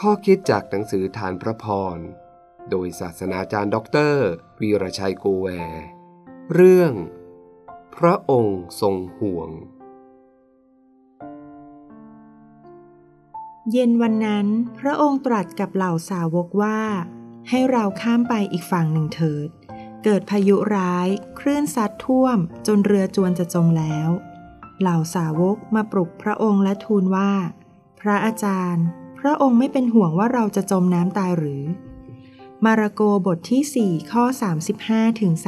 ข้อคิดจากหนังสือทานพระพรโดยศาสนาจารย์ด็อกเตอร์วีรชัยโกแวร์เรื่องพระองค์ทรงห่วงเย็นวันนั้นพระองค์ตรัสกับเหล่าสาวกว่าให้เราข้ามไปอีกฝั่งหนึ่งเถิดเกิดพายุร้ายคลื่นซัดท่วมจนเรือจวนจะจมแล้วเหล่าสาวกมาปลุกพระองค์และทูลว่าพระอาจารย์พระองค์ไม่เป็นห่วงว่าเราจะจมน้ำตายหรือมาระโกบทที่4ข้อ35ถึง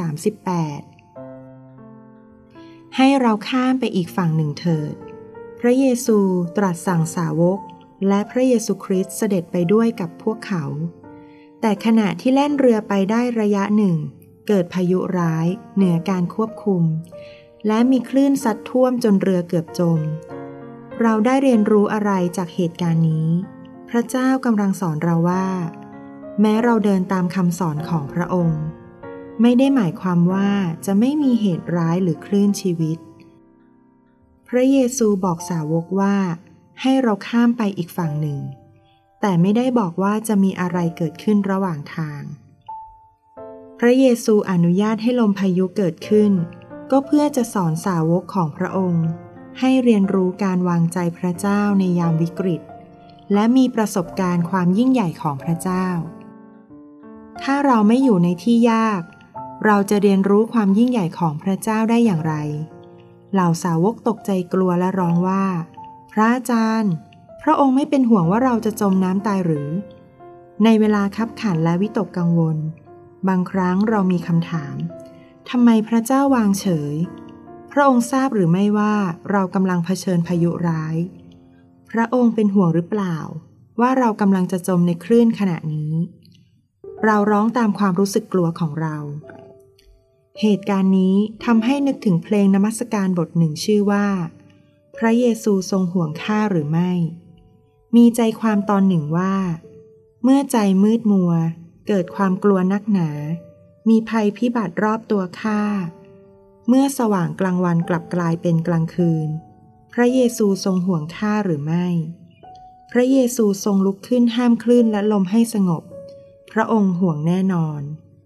38ให้เราข้ามไปอีกฝั่งหนึ่งเถิดพระเยซูตรัสสั่งสาวกและพระเยซูคริสต์เสด็จไปด้วยกับพวกเขาแต่ขณะที่แล่นเรือไปได้ระยะหนึ่งเกิดพายุร้ายเหนือการควบคุมและมีคลื่นซัดท่วมจนเรือเกือบจมเราได้เรียนรู้อะไรจากเหตุการณ์นี้พระเจ้ากำลังสอนเราว่าแม้เราเดินตามคำสอนของพระองค์ไม่ได้หมายความว่าจะไม่มีเหตุร้ายหรือคลื่นชีวิตพระเยซูบอกสาวกว่าให้เราข้ามไปอีกฝั่งหนึ่งแต่ไม่ได้บอกว่าจะมีอะไรเกิดขึ้นระหว่างทางพระเยซูอนุญาตให้ลมพายุเกิดขึ้นก็เพื่อจะสอนสาวกของพระองค์ให้เรียนรู้การวางใจพระเจ้าในยามวิกฤตและมีประสบการณ์ความยิ่งใหญ่ของพระเจ้าถ้าเราไม่อยู่ในที่ยากเราจะเรียนรู้ความยิ่งใหญ่ของพระเจ้าได้อย่างไรเหล่าสาวกตกใจกลัวและร้องว่าพระอาจารย์พระองค์ไม่เป็นห่วงว่าเราจะจมน้ำตายหรือในเวลาคับขันและวิตกกังวลบางครั้งเรามีคำถามทำไมพระเจ้าวางเฉยพระองค์ทราบหรือไม่ว่าเรากำลังเผชิญพายุร้ายพระองค์เป็นห่วงหรือเปล่าว่าเรากำลังจะจมในคลื่นขณะนี้เราร้องตามความรู้สึกกลัวของเราเหตุการณ์นี้ทำให้นึกถึงเพลงนมัสการบทหนึ่งชื่อว่าพระเยซูทรงห่วงข้าหรือไม่มีใจความตอนหนึ่งว่าเมื่อใจมืดมัวเกิดความกลัวนักหนามีภัยพิบัติรอบตัวข้าเมื่อสว่างกลางวันกลับกลายเป็นกลางคืนพระเยซูทรงห่วงข้าหรือไม่พระเยซูทรงลุกขึ้นห้ามคลื่นและลมให้สงบพระองค์ห่วงแน่นอน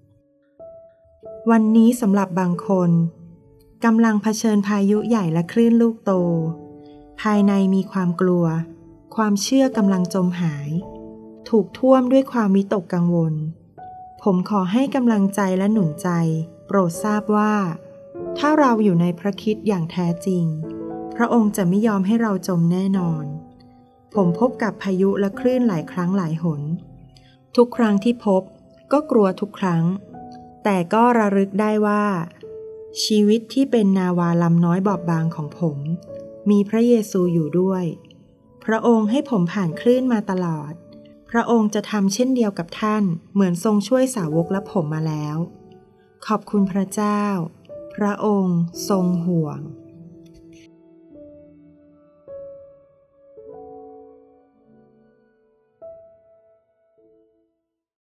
วันนี้สำหรับบางคนกำลังเผชิญพายุใหญ่และคลื่นลูกโตภายในมีความกลัวความเชื่อกำลังจมหายถูกท่วมด้วยความวิตกกังวลผมขอให้กำลังใจและหนุนใจโปรดทราบว่าถ้าเราอยู่ในพระคริสต์อย่างแท้จริงพระองค์จะไม่ยอมให้เราจมแน่นอนผมพบกับพายุและคลื่นหลายครั้งหลายหนทุกครั้งที่พบก็กลัวทุกครั้งแต่ก็ระลึกได้ว่าชีวิตที่เป็นนาวาลำน้อยบอบบางของผมมีพระเยซูอยู่ด้วยพระองค์ให้ผมผ่านคลื่นมาตลอดพระองค์จะทำเช่นเดียวกับท่านเหมือนทรงช่วยสาวกและผมมาแล้วขอบคุณพระเจ้าพระองค์ทรงห่วง